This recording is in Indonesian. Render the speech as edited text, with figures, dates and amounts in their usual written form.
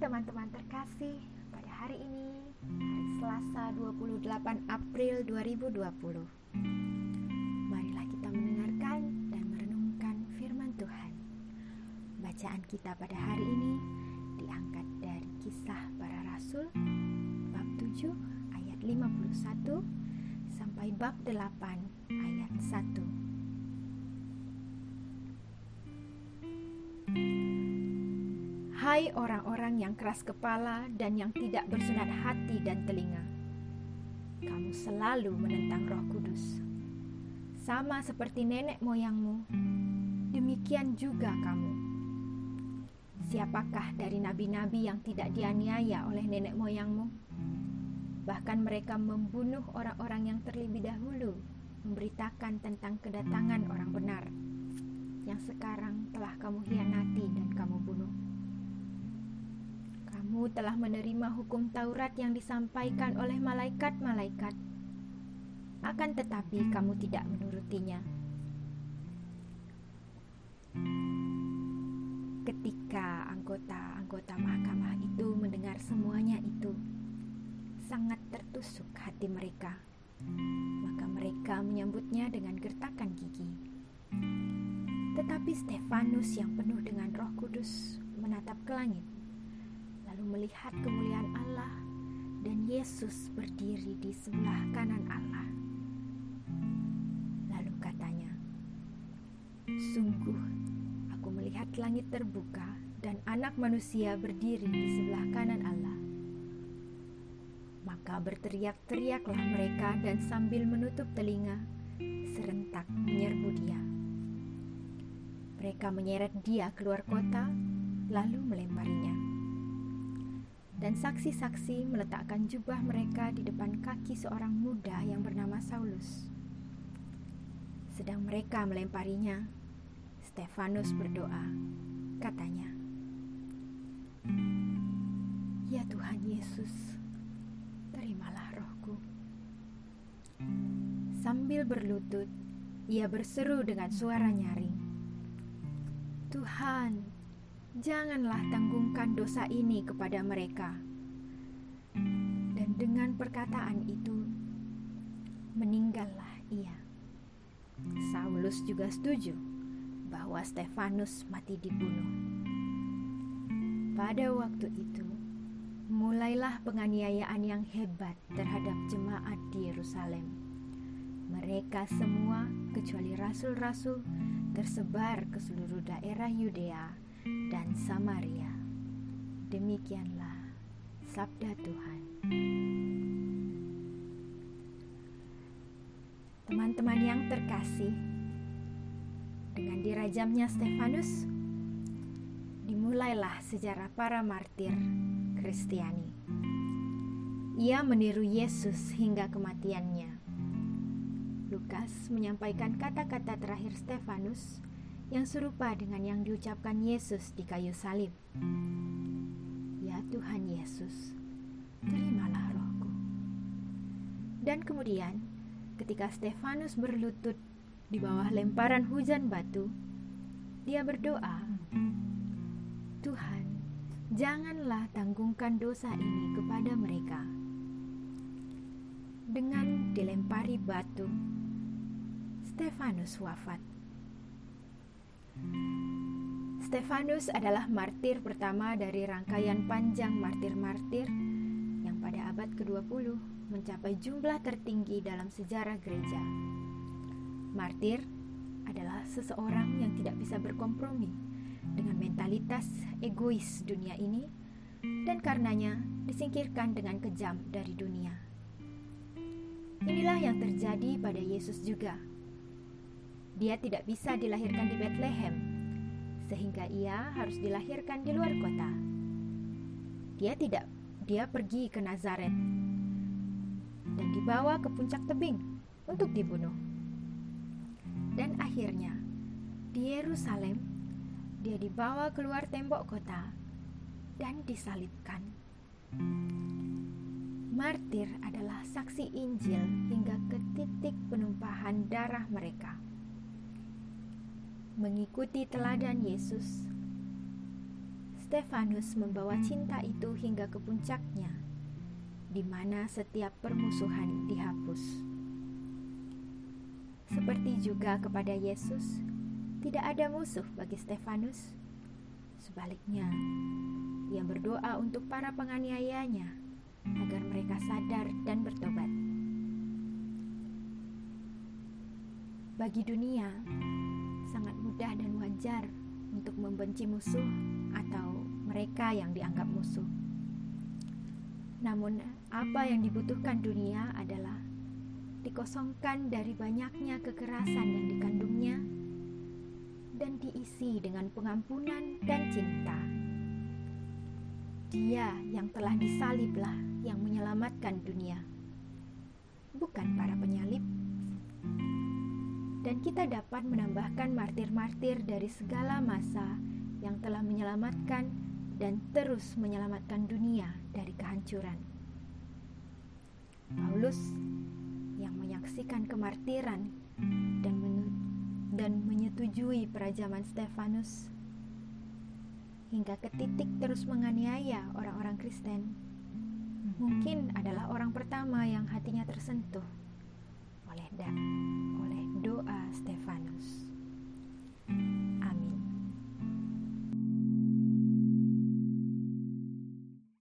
teman-teman terkasih, pada hari ini, hari Selasa 28 April 2020. Marilah kita mendengarkan dan merenungkan firman Tuhan. Bacaan kita pada hari ini diangkat dari Kisah Para Rasul, bab 7 ayat 51 sampai bab 8 ayat 1. Hai orang-orang yang keras kepala dan yang tidak bersenat hati dan telinga, kamu selalu menentang Roh Kudus. Sama seperti nenek moyangmu, demikian juga kamu. Siapakah dari nabi-nabi yang tidak dianiaya oleh nenek moyangmu? Bahkan mereka membunuh orang-orang yang terlebih dahulu memberitakan tentang kedatangan orang benar, yang sekarang telah kamu hianati dan kamu bunuh. Kamu telah menerima hukum Taurat yang disampaikan oleh malaikat-malaikat, akan tetapi kamu tidak menurutinya. Ketika anggota-anggota mahkamah itu mendengar semuanya itu, sangat tertusuk hati mereka. Maka mereka menyambutnya dengan gertakan gigi. Tetapi Stefanus yang penuh dengan Roh Kudus menatap ke langit, lalu melihat kemuliaan Allah dan Yesus berdiri di sebelah kanan Allah. Lalu katanya, "Sungguh, aku melihat langit terbuka dan Anak Manusia berdiri di sebelah kanan Allah." Maka berteriak-teriaklah mereka dan sambil menutup telinga, serentak menyerbu dia. Mereka menyeret dia keluar kota, lalu melemparinya. Dan saksi-saksi meletakkan jubah mereka di depan kaki seorang muda yang bernama Saulus. Sedang mereka melemparinya, Stefanus berdoa, katanya, "Ya Tuhan Yesus, terimalah rohku." Sambil berlutut, ia berseru dengan suara nyaring, "Tuhan, janganlah tanggungkan dosa ini kepada mereka." Dan dengan perkataan itu, meninggallah ia. Saulus juga setuju bahwa Stefanus mati dibunuh. Pada waktu itu, mulailah penganiayaan yang hebat terhadap jemaat di Yerusalem. Mereka semua, kecuali rasul-rasul, tersebar ke seluruh daerah Yudea dan Samaria. Demikianlah sabda Tuhan. Teman-teman yang terkasih, dengan dirajamnya Stefanus, dimulailah sejarah para martir Kristiani. Ia meniru Yesus hingga kematiannya. Lukas menyampaikan kata-kata terakhir Stefanus yang serupa dengan yang diucapkan Yesus di kayu salib. "Ya Tuhan Yesus, terimalah rohku." Dan kemudian, ketika Stefanus berlutut di bawah lemparan hujan batu, dia berdoa, "Tuhan, janganlah tanggungkan dosa ini kepada mereka." Dengan dilempari batu, Stefanus wafat. Stefanus adalah martir pertama dari rangkaian panjang martir-martir yang pada abad ke-20 mencapai jumlah tertinggi dalam sejarah gereja. Martir adalah seseorang yang tidak bisa berkompromi dengan mentalitas egois dunia ini dan karenanya disingkirkan dengan kejam dari dunia. Inilah yang terjadi pada Yesus juga. Dia tidak bisa dilahirkan di Bethlehem, sehingga ia harus dilahirkan di luar kota. Dia pergi ke Nazaret dan dibawa ke puncak tebing untuk dibunuh. Dan akhirnya di Yerusalem dia dibawa keluar tembok kota dan disalibkan. Martir adalah saksi Injil hingga ke titik penumpahan darah mereka. Mengikuti teladan Yesus, Stefanus membawa cinta itu hingga ke puncaknya, di mana setiap permusuhan dihapus. Seperti juga kepada Yesus, tidak ada musuh bagi Stefanus. Sebaliknya, ia berdoa untuk para penganiayanya agar mereka sadar dan bertobat. Bagi dunia, sangat mudah dan wajar untuk membenci musuh atau mereka yang dianggap musuh. Namun, apa yang dibutuhkan dunia adalah dikosongkan dari banyaknya kekerasan yang dikandungnya dan diisi dengan pengampunan dan cinta. Dia yang telah disaliblah yang menyelamatkan dunia, bukan para penyalib. Dan kita dapat menambahkan martir-martir dari segala masa yang telah menyelamatkan dan terus menyelamatkan dunia dari kehancuran. Paulus yang menyaksikan kemartiran dan menyetujui perajaman Stefanus hingga ke titik terus menganiaya orang-orang Kristen, mungkin adalah orang pertama yang hatinya tersentuh